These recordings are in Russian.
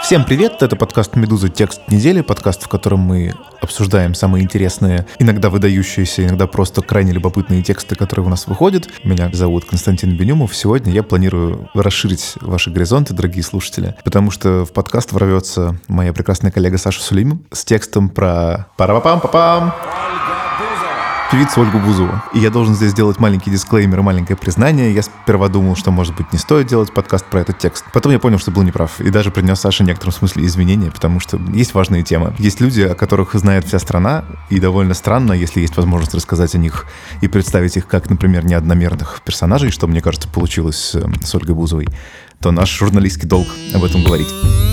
Всем привет, это подкаст «Медуза. Текст недели», подкаст, в котором мы обсуждаем самые интересные, иногда выдающиеся, иногда просто крайне любопытные тексты, которые у нас выходят. Меня зовут Константин Бенюмов. Сегодня я планирую расширить ваши горизонты, дорогие слушатели, потому что в подкаст ворвется моя прекрасная коллега Саша Сулим с текстом про пара-па-пам-па-пам. Певицу Ольгу Бузову. И я должен здесь сделать маленький дисклеймер, маленькое признание. Я сперва думал, что, может быть, не стоит делать подкаст про этот текст. Потом я понял, что был неправ. И даже принес Саше в некотором смысле извинения, потому что есть важные темы. Есть люди, о которых знает вся страна, и довольно странно, если есть возможность рассказать о них и представить их как, например, неодномерных персонажей, что, мне кажется, получилось с Ольгой Бузовой, то наш журналистский долг об этом говорить.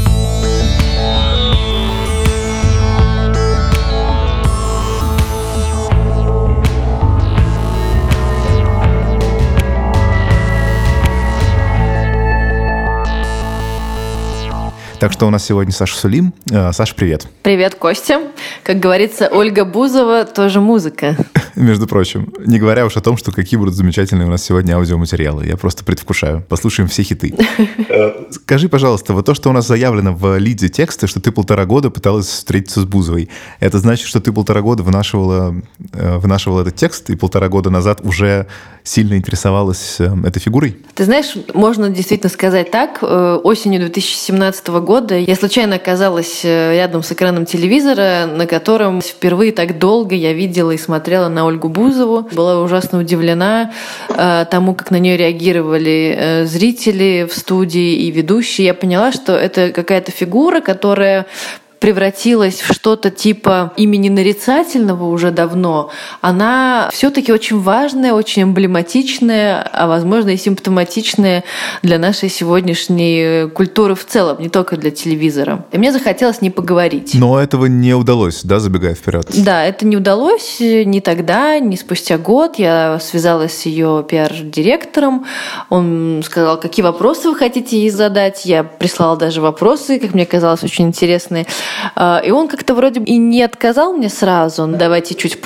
Так что у нас сегодня Саша Сулим. Саша, привет. Привет, Костя. Как говорится, Ольга Бузова тоже музыка. Между прочим, не говоря уж о том, что какие будут замечательные у нас сегодня аудиоматериалы. Я просто предвкушаю. Послушаем все хиты. Скажи, пожалуйста, вот то, что у нас заявлено в лиде текста, что ты 1,5 года пыталась встретиться с Бузовой, это значит, что ты 1,5 года вынашивала этот текст и 1,5 года назад уже сильно интересовалась этой фигурой? Ты знаешь, можно действительно сказать так. Осенью 2017 года я случайно оказалась рядом с экраном телевизора, на котором впервые так долго я видела и смотрела на Ольгу Бузову. Была ужасно удивлена тому, как на нее реагировали зрители в студии и ведущие. Я поняла, что это какая-то фигура, которая превратилась в что-то типа имени нарицательного уже давно, она все-таки очень важная, очень эмблематичная, а возможно и симптоматичная для нашей сегодняшней культуры в целом, не только для телевизора. И мне захотелось с ней поговорить. Но этого не удалось, да, забегая вперед? Да, это не удалось ни тогда, ни спустя год. Я связалась с ее пиар-директором. Он сказал, какие вопросы вы хотите ей задать. Я прислала даже вопросы, как мне казалось, очень интересные. И он как-то вроде и не отказал мне сразу. Давайте чуть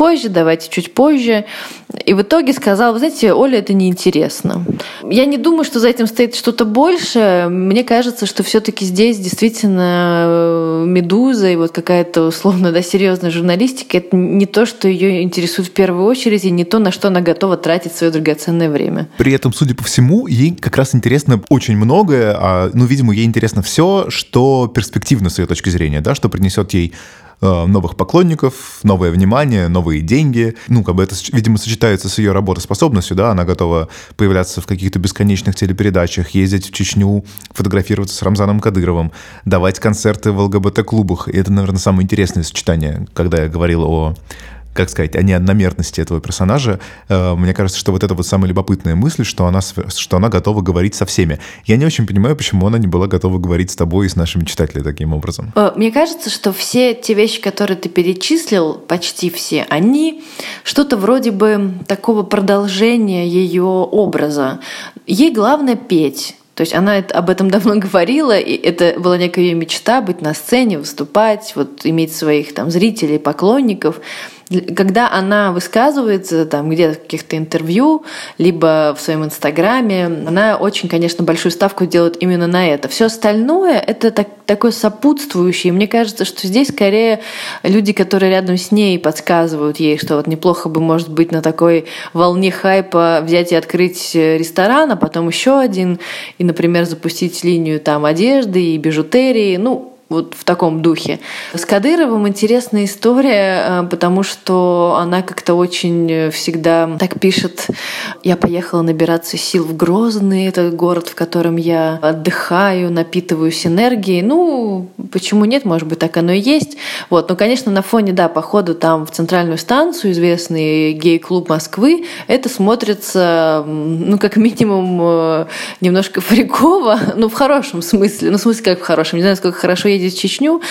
позже. И в итоге сказал, вы знаете, Оля, это неинтересно. Я не думаю, что за этим стоит что-то большее. Мне кажется, что все-таки здесь действительно «Медуза» и вот какая-то условно серьезная журналистика — это не то, что ее интересует в первую очередь, и не то, на что она готова тратить свое драгоценное время. При этом, судя по всему, ей как раз интересно очень многое, видимо, ей интересно все, что перспективно с ее точки зрения, да, что принесет ей новых поклонников, новое внимание, новые деньги. Это, видимо, сочетается с ее работоспособностью, да, она готова появляться в каких-то бесконечных телепередачах, ездить в Чечню, фотографироваться с Рамзаном Кадыровым, давать концерты в ЛГБТ-клубах. И это, наверное, самое интересное сочетание, когда я говорил о неодномерности этого персонажа. Мне кажется, что вот это вот самая любопытная мысль, что она готова говорить со всеми. Я не очень понимаю, почему она не была готова говорить с тобой и с нашими читателями таким образом. Мне кажется, что все те вещи, которые ты перечислил, почти все, они что-то вроде бы такого продолжения ее образа. Ей главное петь. То есть она об этом давно говорила, и это была некая ее мечта — быть на сцене, выступать, иметь своих зрителей, поклонников. Когда она высказывается где-то в каких-то интервью, либо в своем инстаграме, она очень, конечно, большую ставку делает именно на это. Все остальное — это такое сопутствующее. Мне кажется, что здесь скорее люди, которые рядом с ней, подсказывают ей, что неплохо бы, может быть, на такой волне хайпа взять и открыть ресторан, а потом еще один, и, например, запустить линию одежды и бижутерии, в таком духе. С Кадыровым интересная история, потому что она как-то очень всегда так пишет: «Я поехала набираться сил в Грозный, этот город, в котором я отдыхаю, напитываюсь энергией». Почему нет? Может быть, так оно и есть. Но, конечно, на фоне, похода в центральную станцию, известный гей-клуб Москвы, это смотрится, как минимум, немножко фриково, в хорошем смысле. В смысле, как в хорошем. Не знаю, насколько хорошо ездить в Чечню,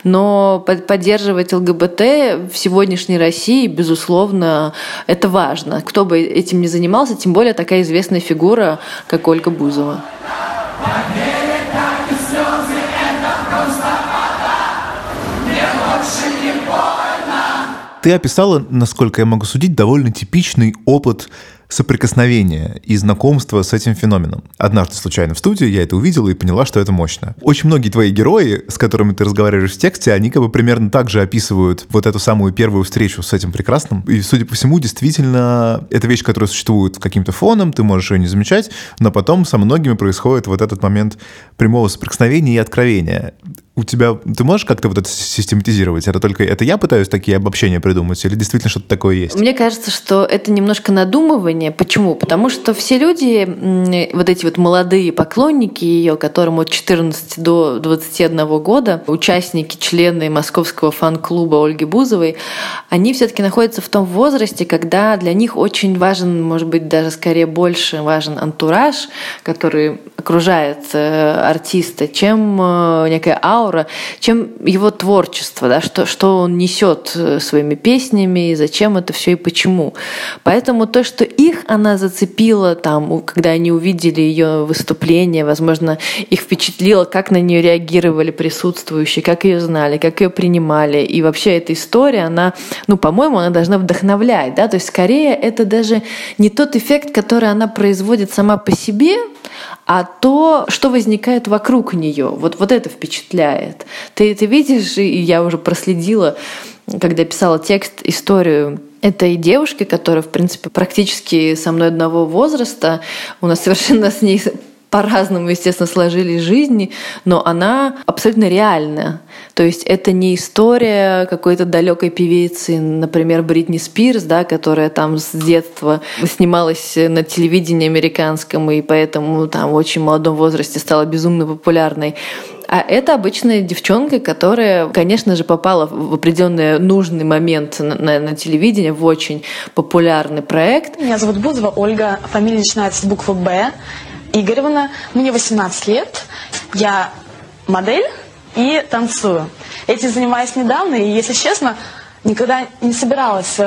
но поддерживать ЛГБТ в сегодняшней России, безусловно, это важно. Кто бы этим ни занимался, тем более такая известная фигура, как Ольга Бузова. Ты описала, насколько я могу судить, довольно типичный опыт соприкосновения и знакомства с этим феноменом. Однажды случайно в студии я это увидела и поняла, что это мощно. Очень многие твои герои, с которыми ты разговариваешь в тексте, они как бы примерно так же описывают вот эту самую первую встречу с этим прекрасным. И, судя по всему, действительно, это вещь, которая существует каким-то фоном, ты можешь ее не замечать, но потом со многими происходит вот этот момент прямого соприкосновения и откровения. У тебя, ты можешь как-то вот это систематизировать? Это я пытаюсь такие обобщения придумать, или действительно что-то такое есть? Мне кажется, что это немножко надумывание. Почему? Потому что все люди, вот эти вот молодые поклонники ее, которым от 14 до 21 года, участники, члены московского фан-клуба Ольги Бузовой, они все-таки находятся в том возрасте, когда для них очень важен, может быть, даже скорее больше важен антураж, который окружает артиста, чем некая аура, чем его творчество, да, что он несет своими песнями, и зачем это все и почему. Поэтому то, что их она зацепила, там, когда они увидели ее выступление, возможно, их впечатлило, как на нее реагировали присутствующие, как ее знали, как ее принимали. И вообще эта история, она, по-моему, она должна вдохновлять. Да? То есть скорее это даже не тот эффект, который она производит сама по себе, а то, что возникает вокруг нее. Вот это впечатляет. Ты видишь, и я уже проследила, когда писала текст, историю этой девушки, которая, в принципе, практически со мной одного возраста. У нас совершенно с ней по-разному, естественно, сложились жизни, но она абсолютно реальная. То есть это не история какой-то далекой певицы, например, Бритни Спирс, да, которая там с детства снималась на телевидении американском и поэтому там в очень молодом возрасте стала безумно популярной. А это обычная девчонка, которая, конечно же, попала в определенный нужный момент на телевидение, в очень популярный проект. Меня зовут Бузова Ольга, фамилия начинается с буквы «Б». Игоревна, мне 18 лет, я модель и танцую. Этим занимаюсь недавно, и, если честно, никогда не собиралась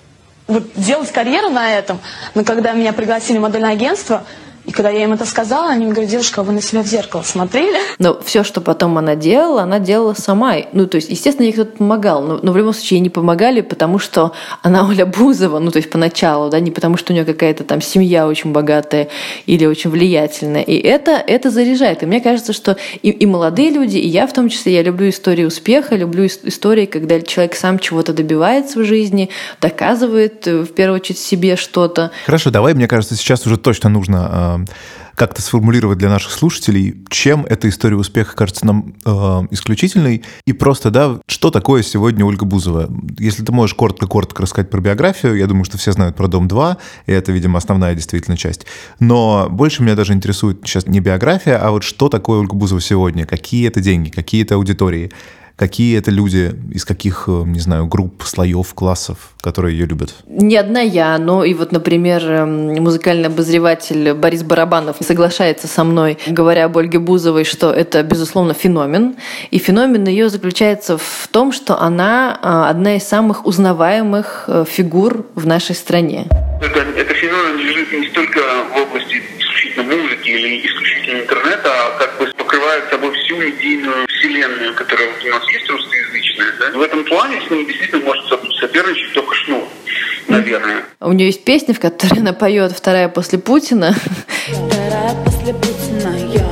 делать карьеру на этом, но когда меня пригласили в модельное агентство, и когда я им это сказала, они мне говорят: девушка, вы на себя в зеркало смотрели? Но все, что потом она делала сама. То есть, естественно, ей кто-то помогал, но в любом случае ей не помогали, потому что она Оля Бузова, то есть поначалу, да, не потому что у нее какая-то там семья очень богатая или очень влиятельная. И это заряжает. И мне кажется, что и молодые люди, и я в том числе, я люблю истории успеха, люблю истории, когда человек сам чего-то добивается в жизни, доказывает в первую очередь себе что-то. Хорошо, давай, мне кажется, сейчас уже точно нужно как-то сформулировать для наших слушателей, чем эта история успеха кажется нам исключительной, и просто, да, что такое сегодня Ольга Бузова. Если ты можешь коротко рассказать про биографию, я думаю, что все знают про «Дом-2», и это, видимо, основная действительно часть. Но больше меня даже интересует сейчас не биография, а вот что такое Ольга Бузова сегодня, какие это деньги, какие это аудитории, какие это люди, из каких, не знаю, групп, слоев, классов, которые ее любят? Не одна я, но и вот, например, музыкальный обозреватель Борис Барабанов соглашается со мной, говоря об Ольге Бузовой, что это, безусловно, феномен. И феномен ее заключается в том, что она одна из самых узнаваемых фигур в нашей стране. Это феномен лежит не столько в области исключительно музыки или исключительно интернета, а как бы покрывает собой всю медийную вселенную, которая вот у нас есть русскоязычная. Да? В этом плане с ним действительно может соперничать только Шнур, наверное. У нее есть песня, в которой она поет «Вторая после Путина». Вторая после Путина, я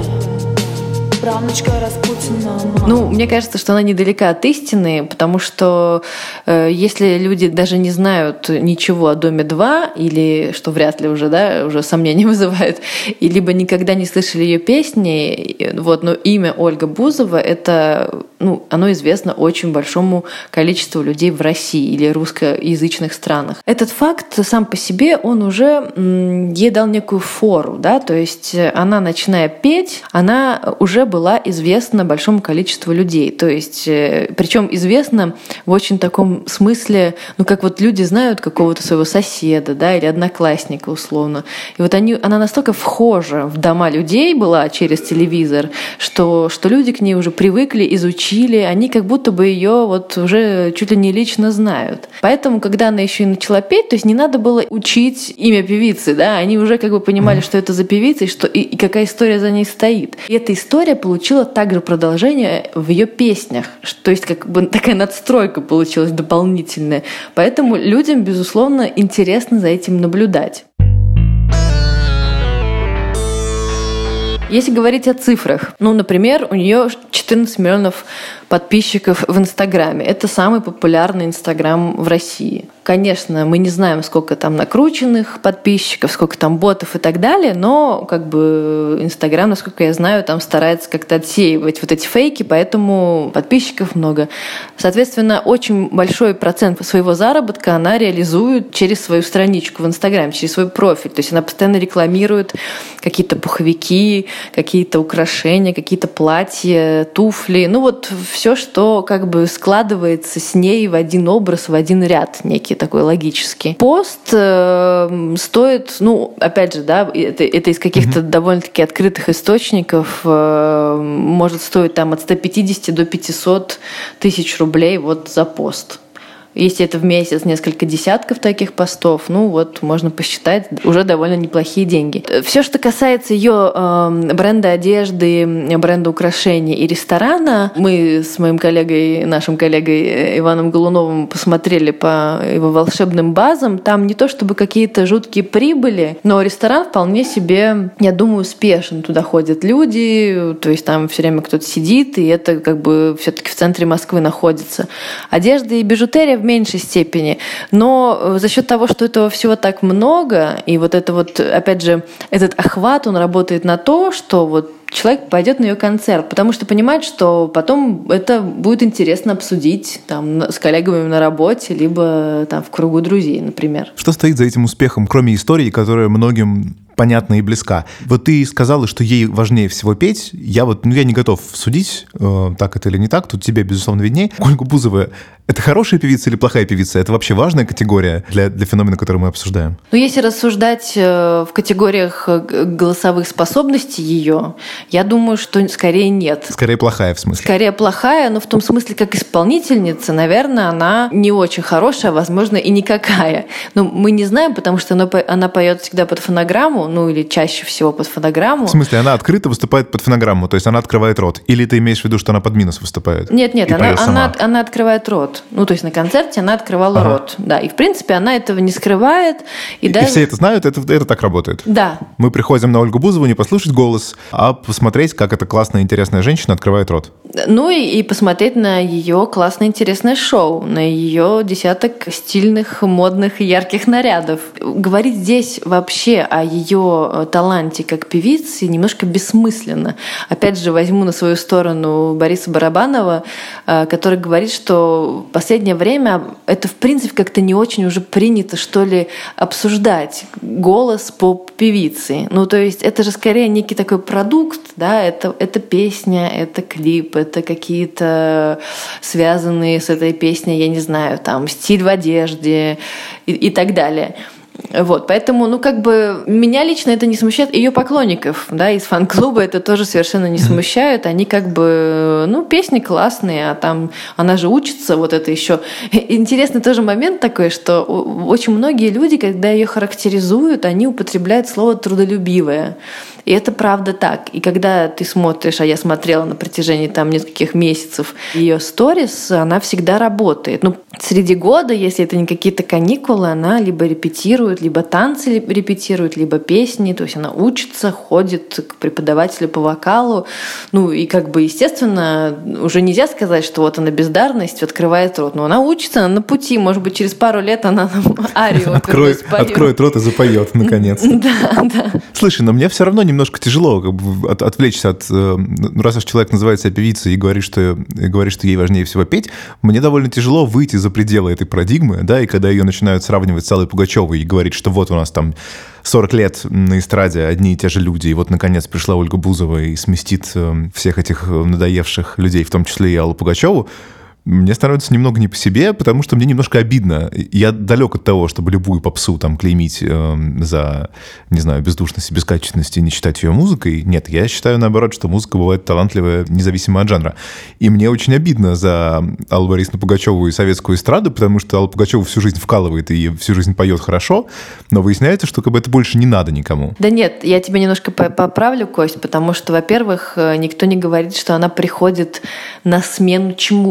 правнучка Распутина. Мне кажется, что она недалека от истины, потому что если люди даже не знают ничего о «Доме-2», или, что вряд ли уже сомнения вызывает, и либо никогда не слышали ее песни, но имя Ольга Бузова, это, оно известно очень большому количеству людей в России или русскоязычных странах. Этот факт сам по себе, он уже ей дал некую фору, да, то есть она, начиная петь, она уже была известна большому количеству людей. То есть, причем известна в очень таком смысле, как вот люди знают какого-то своего соседа, да, или одноклассника условно. И вот она настолько вхожа в дома людей была через телевизор, что люди к ней уже привыкли, изучили, они как будто бы ее вот уже чуть ли не лично знают. Поэтому, когда она еще и начала петь, то есть не надо было учить имя певицы, да, они уже как бы понимали, что это за певица и какая история за ней стоит. И эта история получила также продолжение в ее песнях. То есть как бы такая надстройка получилась дополнительная. Поэтому людям, безусловно, интересно за этим наблюдать. Если говорить о цифрах, например, у нее 14 миллионов подписчиков в Инстаграме. Это самый популярный Инстаграм в России. Конечно, мы не знаем, сколько там накрученных подписчиков, сколько там ботов и так далее, но Инстаграм, насколько я знаю, там старается как-то отсеивать вот эти фейки, поэтому подписчиков много. Соответственно, очень большой процент своего заработка она реализует через свою страничку в Инстаграме, через свой профиль. То есть она постоянно рекламирует какие-то пуховики, какие-то украшения, какие-то платья, туфли. Все, что складывается с ней в один образ, в один ряд некий такой логический. Пост стоит, опять же, это из каких-то довольно-таки открытых источников, может стоить от 150 до 500 тысяч рублей за пост. Если это в месяц несколько десятков таких постов, можно посчитать, уже довольно неплохие деньги. Все, что касается ее бренда одежды, бренда украшений и ресторана, мы с моим коллегой, нашим коллегой Иваном Голуновым посмотрели по его волшебным базам. Там не то чтобы какие-то жуткие прибыли, но ресторан вполне себе, я думаю, успешен. Туда ходят люди, то есть там все время кто-то сидит, и это все-таки в центре Москвы находится. Одежда и бижутерия в меньшей степени, но за счет того, что этого всего так много, и опять же, этот охват, он работает на то, что человек пойдет на ее концерт, потому что понимает, что потом это будет интересно обсудить с коллегами на работе, либо в кругу друзей, например. Что стоит за этим успехом, кроме истории, которая многим понятна и близка? Ты сказала, что ей важнее всего петь. Я не готов судить, так это или не так, тут тебе, безусловно, виднее. Ольга Бузова — это хорошая певица или плохая певица? Это вообще важная категория для феномена, который мы обсуждаем? Если рассуждать в категориях голосовых способностей ее, я думаю, что скорее нет. Скорее плохая, в смысле? Скорее плохая, но в том смысле, как исполнительница, наверное, она не очень хорошая, возможно, и никакая. Но мы не знаем, потому что она поет всегда под фонограмму, или чаще всего под фонограмму. В смысле, она открыто выступает под фонограмму, то есть она открывает рот? Или ты имеешь в виду, что она под минус выступает? Нет, она открывает рот. То есть на концерте она открывала рот. Да, и в принципе она этого не скрывает. И все это знают, это так работает? Да. Мы приходим на Ольгу Бузову не послушать голос, а посмотреть, как эта классная, интересная женщина открывает рот. И посмотреть на ее классное, интересное шоу, на ее десяток стильных, модных и ярких нарядов. Говорить здесь вообще о ее таланте как певицы немножко бессмысленно. Опять же, возьму на свою сторону Бориса Барабанова, который говорит, что в последнее время это, в принципе, как-то не очень уже принято, что ли, обсуждать голос поп-певицы. То есть это же скорее некий такой продукт, это песня, это клип, это какие-то связанные с этой песней, я не знаю, стиль в одежде и так далее. Поэтому, меня лично это не смущает, ее поклонников, из фан-клуба это тоже совершенно не смущает, они песни классные, а там она же учится, это еще. Интересный тоже момент такой, что очень многие люди, когда ее характеризуют, они употребляют слово «трудолюбивая». И это правда так. И когда ты смотришь, а я смотрела на протяжении нескольких месяцев ее сторис, она всегда работает. Среди года, если это не какие-то каникулы, она либо репетирует, либо танцы репетирует, либо песни. То есть она учится, ходит к преподавателю по вокалу. И естественно, уже нельзя сказать, что она бездарность, открывает рот. Но она учится, она на пути. Может быть, через пару лет она арию откроет рот и запоет, наконец. Да. Слушай, но мне все равно немножко тяжело отвлечься от... раз уж человек называет себя певицей и говорит, что ей важнее всего петь, мне довольно тяжело выйти за пределы этой парадигмы, и когда ее начинают сравнивать с Аллой Пугачевой и говорить, что у нас 40 лет на эстраде одни и те же люди, и наконец пришла Ольга Бузова и сместит всех этих надоевших людей, в том числе и Аллу Пугачеву, мне становится немного не по себе, потому что мне немножко обидно. Я далек от того, чтобы любую попсу клеймить за, не знаю, бездушность и бескачественность и не считать ее музыкой. Нет, я считаю, наоборот, что музыка бывает талантливая, независимо от жанра. И мне очень обидно за Аллу Борисовну Пугачеву и советскую эстраду, потому что Алла Пугачева всю жизнь вкалывает и всю жизнь поет хорошо, но выясняется, что это больше не надо никому. Да нет, я тебя немножко поправлю, Кость, потому что, во-первых, никто не говорит, что она приходит на смену чему-то.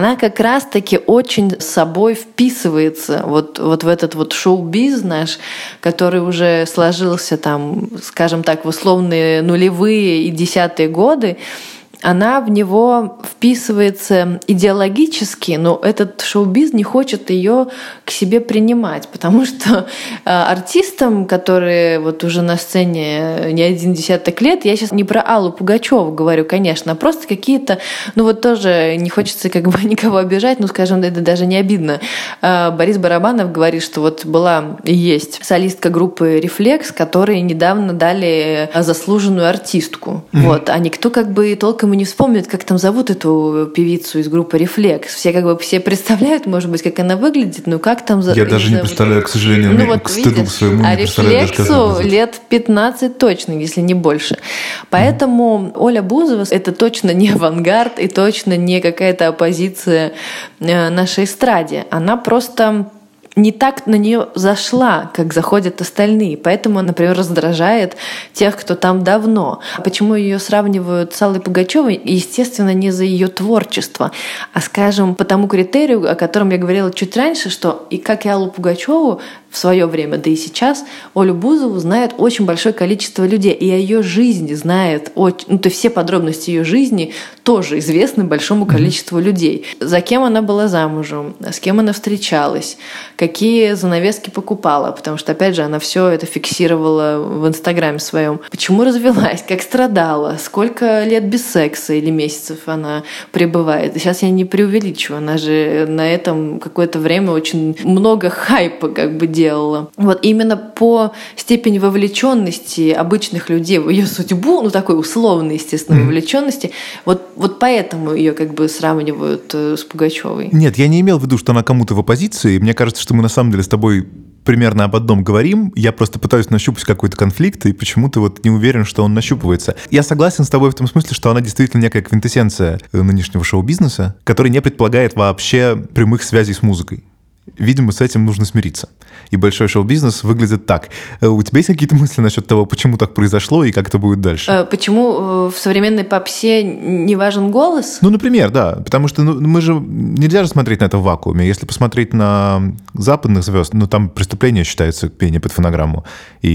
она как раз-таки очень с собой вписывается вот в этот вот шоу-биз наш, который уже сложился там, скажем так, в условные нулевые и десятые годы. Она в него вписывается идеологически, но этот шоу-биз не хочет ее к себе принимать, потому что артистам, которые вот уже на сцене не один десяток лет, я сейчас не про Аллу Пугачеву говорю, конечно, а просто какие-то, ну вот тоже не хочется как бы никого обижать, ну скажем, это даже не обидно. Борис Барабанов говорит, что вот была и есть солистка группы «Рефлекс», которые недавно дали заслуженную артистку. Вот, а никто как бы толком не вспомнит, как там зовут эту певицу из группы «Рефлекс». Все как бы все представляют, может быть, как она выглядит, но как там... Я даже не представляю, к сожалению, ну, вот, к стыду видишь, своему не представляю. «Рефлексу» лет 15 точно, если не больше. Поэтому Оля Бузова — это точно не авангард и точно не какая-то оппозиция нашей эстраде. Она просто... не так на нее зашла, как заходят остальные. Поэтому, например, раздражает тех, кто там давно. Почему ее сравнивают с Аллой Пугачевой? Естественно, не за ее творчество, а, скажем, по тому критерию, о котором я говорила чуть раньше, что и как и Аллу Пугачеву в свое время, да и сейчас, Олю Бузову знает очень большое количество людей, и о ее жизни знает, ну, то есть все подробности ее жизни тоже известны большому количеству людей. За кем она была замужем, с кем она встречалась, какие занавески покупала, потому что, опять же, она все это фиксировала в Инстаграме своем. Почему развелась, как страдала, сколько лет без секса или месяцев она пребывает. И сейчас я не преувеличиваю, она же на этом какое-то время очень много хайпа как бы делала. Вот именно по степени вовлеченности обычных людей в ее судьбу, ну такой условной, естественно, вовлеченности, вот поэтому ее как бы сравнивают с Пугачевой. Нет, я не имел в виду, что она кому-то в оппозиции. Мне кажется, что мы на самом деле с тобой примерно об одном говорим. Я просто пытаюсь нащупать какой-то конфликт, и почему-то вот не уверен, что он нащупывается. Я согласен с тобой в том смысле, что она действительно некая квинтэссенция нынешнего шоу-бизнеса, который не предполагает вообще прямых связей с музыкой. Видимо, с этим нужно смириться. И большой шоу-бизнес выглядит так. У тебя есть какие-то мысли насчет того, почему так произошло и как это будет дальше? Почему в современной попсе не важен голос? Ну, например, да. Потому что мы же... Нельзя же смотреть на это в вакууме. Если посмотреть на западных звезд, там преступление считается пение под фонограмму.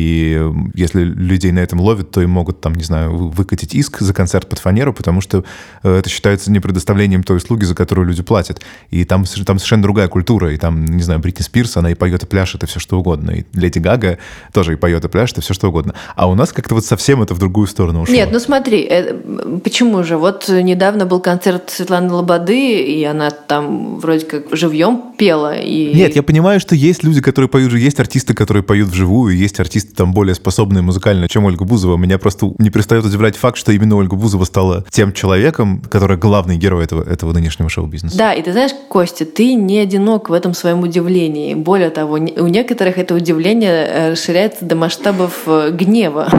И если людей на этом ловят, то им могут, не знаю, выкатить иск за концерт под фанеру, потому что это считается не предоставлением той услуги, за которую люди платят. И там совершенно другая культура. И там, не знаю, Бритни Спирс, она и поет, и пляшет, и все что угодно. И Леди Гага тоже и поет, и пляшет, и все что угодно. А у нас как-то вот совсем это в другую сторону ушло. Нет, смотри, почему же? Вот недавно был концерт Светланы Лободы, и она там вроде как живьем пела. И... Нет, я понимаю, что есть люди, которые поют, есть артисты, которые поют вживую, есть артисты там более способные музыкально, чем Ольга Бузова. Меня просто не перестает удивлять факт, что именно Ольга Бузова стала тем человеком, который главный герой этого нынешнего шоу-бизнеса. Да, и ты знаешь, Костя, ты не одинок в этом своем удивлении. Более того, у некоторых это удивление расширяется до масштабов гнева.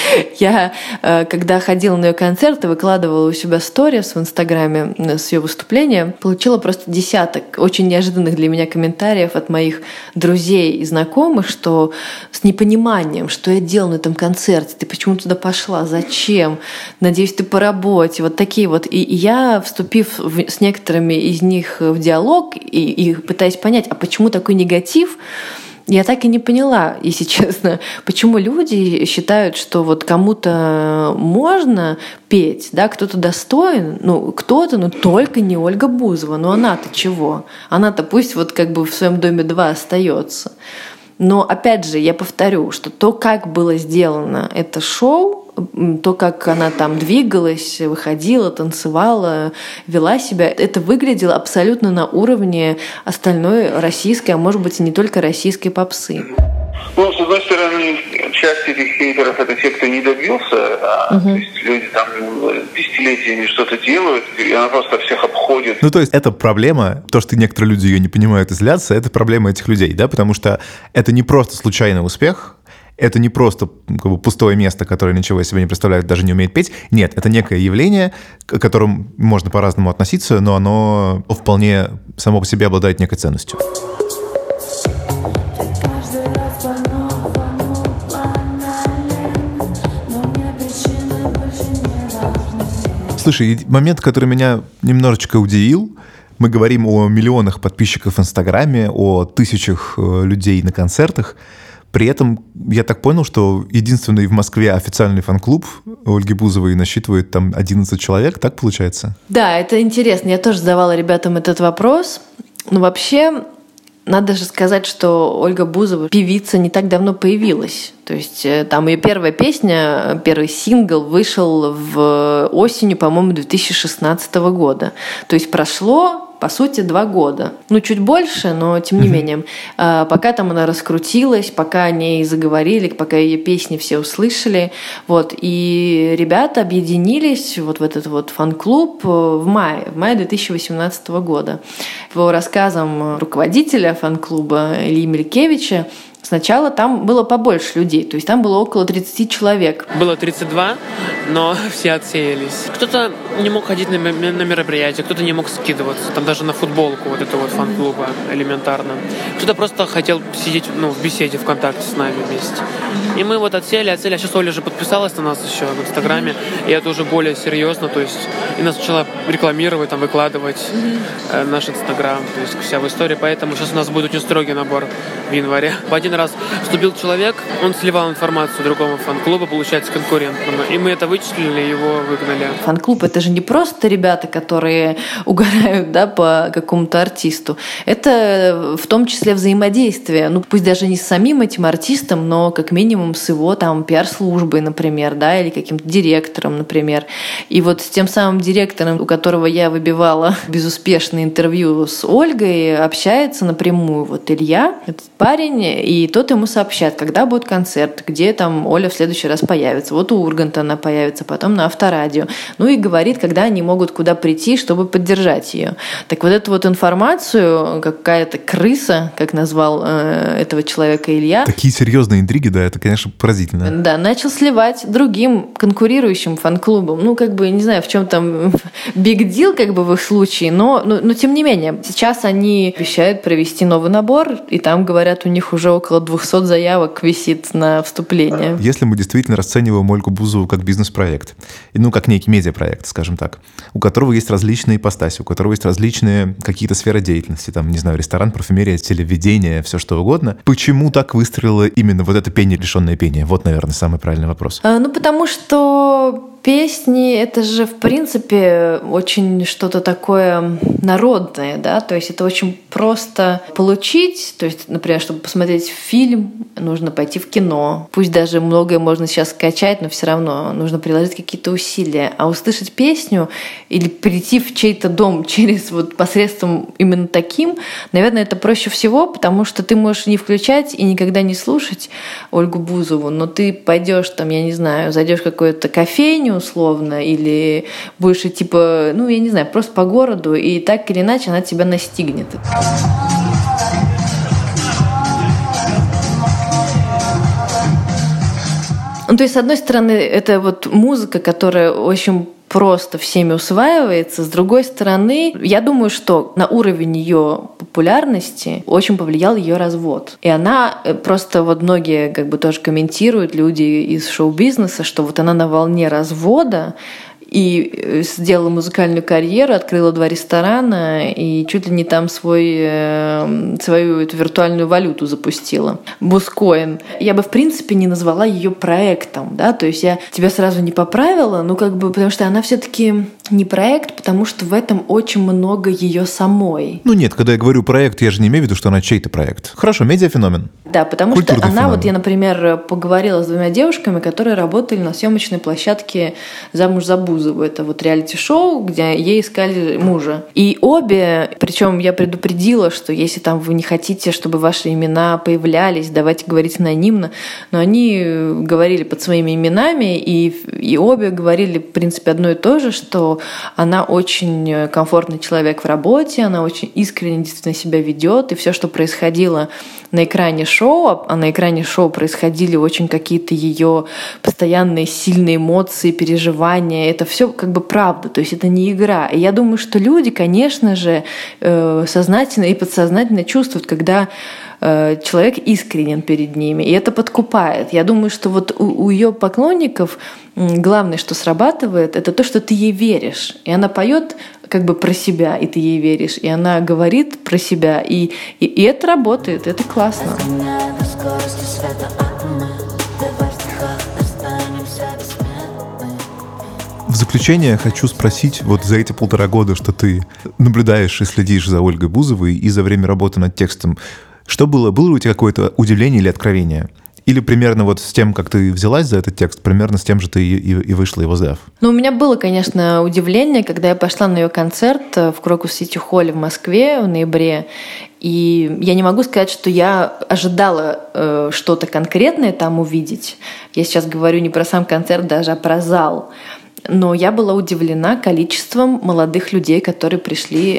Я, когда ходила на ее концерты, выкладывала у себя сторис в Инстаграме с ее выступления, получила просто десяток очень неожиданных для меня комментариев от моих друзей и знакомых, что с непониманием, что я делала на этом концерте, ты почему туда пошла, зачем, надеюсь, ты по работе, вот такие вот. И я, вступив с некоторыми из них в диалог и пытаясь понять, а почему такой негатив, я так и не поняла, если честно, почему люди считают, что вот кому-то можно петь, да, кто-то достоин, кто-то, но только не Ольга Бузова. Она-то чего? Она-то пусть вот как бы в своем доме 2 остается. Но опять же, я повторю, что то, как было сделано это шоу, то, как она там двигалась, выходила, танцевала, вела себя, это выглядело абсолютно на уровне остальной российской, а может быть и не только российской попсы. С одной стороны, часть этих хейтеров — это те, кто не добился, то есть люди там десятилетиями что-то делают, и она просто всех обходит. То есть это проблема, то, что некоторые люди ее не понимают и злятся, это проблема этих людей, да, потому что это не просто случайный успех, это не просто пустое место, которое ничего из себя не представляет, даже не умеет петь. Нет, это некое явление, к которому можно по-разному относиться, но оно вполне само по себе обладает некой ценностью. Слушай, момент, который меня немножечко удивил, Мы говорим о миллионах подписчиков в Инстаграме, о тысячах людей на концертах. При этом я так понял, что единственный в Москве официальный фан-клуб Ольги Бузовой насчитывает там 11 человек, так получается? Да, это интересно. Я тоже задавала ребятам этот вопрос. Но вообще, надо же сказать, что Ольга Бузова, певица, не так давно появилась. То есть там ее первая песня, первый сингл вышел осенью, по-моему, 2016 года. То есть прошло, по сути, 2 года. Ну, чуть больше, но тем не менее. Пока там она раскрутилась, пока о ней заговорили, пока ее песни все услышали. Вот. И ребята объединились вот в этот вот фан-клуб в мае 2018 года. По рассказам руководителя фан-клуба Ильи Мелькевича, сначала там было побольше людей, то есть там было около 30 человек. Было 32, но все отсеялись. Кто-то не мог ходить на мероприятия, кто-то не мог скидываться, там даже на футболку вот этого вот фан-клуба элементарно. Кто-то просто хотел сидеть в беседе ВКонтакте с нами вместе. И мы вот отсели, а сейчас Оля же подписалась на нас еще в Инстаграме, и это уже более серьезно, то есть и нас начала рекламировать, там, выкладывать наш Инстаграм, то есть вся в истории, поэтому сейчас у нас будет очень строгий набор в январе. Один раз вступил человек, он сливал информацию другому фан-клубу, получается, конкурентному, и мы это вычислили, его выгнали. Фан-клуб — это же не просто ребята, которые угорают, да, по какому-то артисту. Это в том числе взаимодействие, пусть даже не с самим этим артистом, но как минимум с его там пиар-службой, например, да, или каким-то директором, например. И вот с тем самым директором, у которого я выбивала безуспешное интервью с Ольгой, общается напрямую вот Илья, этот парень, и тот ему сообщает, когда будет концерт, где там Оля в следующий раз появится. Вот у Урганта она появится, потом на Авторадио. И говорит, когда они могут куда прийти, чтобы поддержать ее. Так вот эту вот информацию какая-то крыса, как назвал этого человека Илья. Такие серьезные интриги, да, это, конечно, поразительно. Да, начал сливать другим конкурирующим фан-клубам. Не знаю, в чем там big deal в их случае, но тем не менее. Сейчас они обещают провести новый набор, и там, говорят, у них уже около 200 заявок висит на вступление. Если мы действительно расцениваем Ольгу Бузову как бизнес-проект, как некий медиапроект, скажем так, у которого есть различные ипостаси, у которого есть различные какие-то сферы деятельности, ресторан, парфюмерия, телевидение, все что угодно, почему так выстрелило именно вот это пение, лишенное пения? Вот, наверное, самый правильный вопрос. Потому что песни — это же, в принципе, очень что-то такое народное, да, то есть это очень просто получить, то есть, например, чтобы посмотреть фильм, нужно пойти в кино, пусть даже многое можно сейчас скачать, но все равно нужно приложить какие-то усилия, а услышать песню или прийти в чей-то дом через посредством именно таким, наверное, это проще всего, потому что ты можешь не включать и никогда не слушать Ольгу Бузову, но ты пойдешь там, я не знаю, зайдешь в какую-то кофейню условно, или будешь идти просто по городу, и так или иначе она тебя настигнет. То есть, с одной стороны, это музыка, которая очень просто всеми усваивается. С другой стороны, я думаю, что на уровень ее популярности очень повлиял ее развод. И она просто многие тоже комментируют, люди из шоу-бизнеса, что она на волне развода и сделала музыкальную карьеру, открыла 2 ресторана и чуть ли не там свою эту виртуальную валюту запустила. Бузкоин. Я бы, в принципе, не назвала ее проектом, да, то есть я тебя сразу не поправила, потому что она все-таки не проект, потому что в этом очень много ее самой. Нет, когда я говорю проект, я же не имею в виду, что она чей-то проект. Хорошо, медиафеномен. Да, потому культурный что она, феномен. я, например, поговорила с 2 девушками, которые работали на съемочной площадке «Замуж за Бузову». Это реалити-шоу, где ей искали мужа. И обе, причем я предупредила, что если там вы не хотите, чтобы ваши имена появлялись, давайте говорить анонимно, но они говорили под своими именами, и обе говорили, в принципе, одно и то же, что она очень комфортный человек в работе, она очень искренне действительно себя ведет, и все, что происходило на экране шоу, а на экране шоу происходили очень какие-то ее постоянные сильные эмоции, переживания, это все правда, то есть это не игра. И я думаю, что люди, конечно же, сознательно и подсознательно чувствуют, когда человек искренен перед ними, и это подкупает. Я думаю, что у ее поклонников главное, что срабатывает, это то, что ты ей веришь. И она поет как бы про себя, и ты ей веришь. И она говорит про себя, и это работает, это классно. В заключение хочу спросить, вот за эти 1,5 года, что ты наблюдаешь и следишь за Ольгой Бузовой и за время работы над текстом, что было? Было ли у тебя какое-то удивление или откровение? Или примерно вот с тем, как ты взялась за этот текст, примерно с тем же ты и вышла его сдав? Ну, у меня было, конечно, удивление, когда я пошла на ее концерт в Крокус-Сити Холле в Москве в ноябре. И я не могу сказать, что я ожидала что-то конкретное там увидеть. Я сейчас говорю не про сам концерт даже, а про зал. Но я была удивлена количеством молодых людей, которые пришли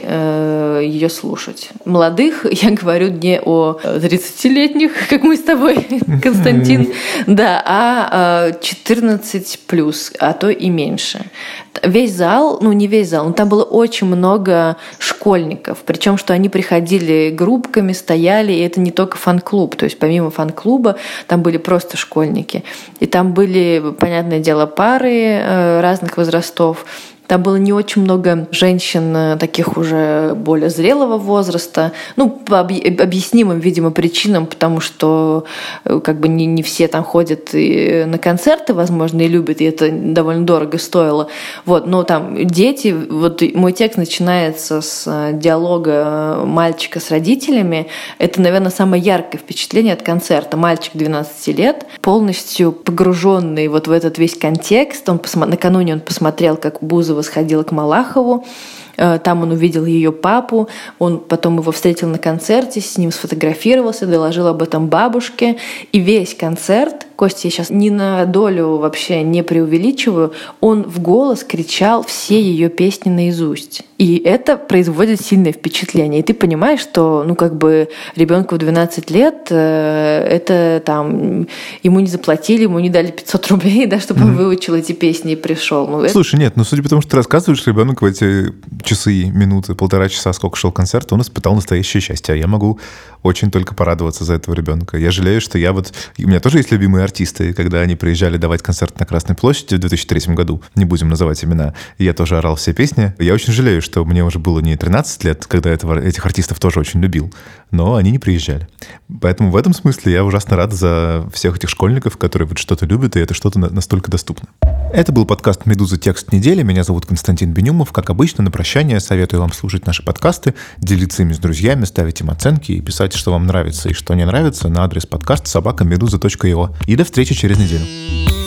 ее слушать. Молодых, я говорю не о 30-летних, как мы с тобой, Константин, да, а 14+, а то и меньше. Весь зал, ну не весь зал, но там было очень много школьников, причем что они приходили группками, стояли, и это не только фан-клуб, то есть помимо фан-клуба там были просто школьники. И там были, понятное дело, пары разных возрастов. Там было не очень много женщин таких уже более зрелого возраста. Ну, по объяснимым, видимо, причинам, потому что как бы не все там ходят и на концерты, возможно, и любят, и это довольно дорого стоило. Вот, но там дети, вот мой текст начинается с диалога мальчика с родителями. Это, наверное, самое яркое впечатление от концерта. Мальчик 12 лет, полностью погруженный вот в этот весь контекст. Накануне он посмотрел, как Бузова сходила к Малахову, там он увидел ее папу, он потом его встретил на концерте, с ним сфотографировался, доложил об этом бабушке, и весь концерт, Костя, я сейчас ни на долю вообще не преувеличиваю, он в голос кричал все ее песни наизусть. И это производит сильное впечатление. И ты понимаешь, что, ну, как бы ребенку в 12 лет это там ему не заплатили, ему не дали 500 рублей, да, чтобы он выучил эти песни и пришел. Ну, слушай, нет, ну судя по тому, что ты рассказываешь, ребенок в эти часы, минуты, 1,5 часа, сколько шел концерт, он испытал настоящее счастье. А я могу очень только порадоваться за этого ребенка. Я жалею, что у меня тоже есть любимые артисты, когда они приезжали давать концерт на Красной площади в 2003 году, не будем называть имена, и я тоже орал все песни. Я очень жалею, что мне уже было не 13 лет, когда этих артистов тоже очень любил, но они не приезжали. Поэтому в этом смысле я ужасно рад за всех этих школьников, которые вот что-то любят, и это что-то настолько доступно. Это был подкаст «Медуза. Текст недели». Меня зовут Константин Бенюмов. Как обычно, на прощание советую вам слушать наши подкасты, делиться ими с друзьями, ставить им оценки и писать, что вам нравится и что не нравится, на адрес подкаст @meduza.io. И до встречи через неделю.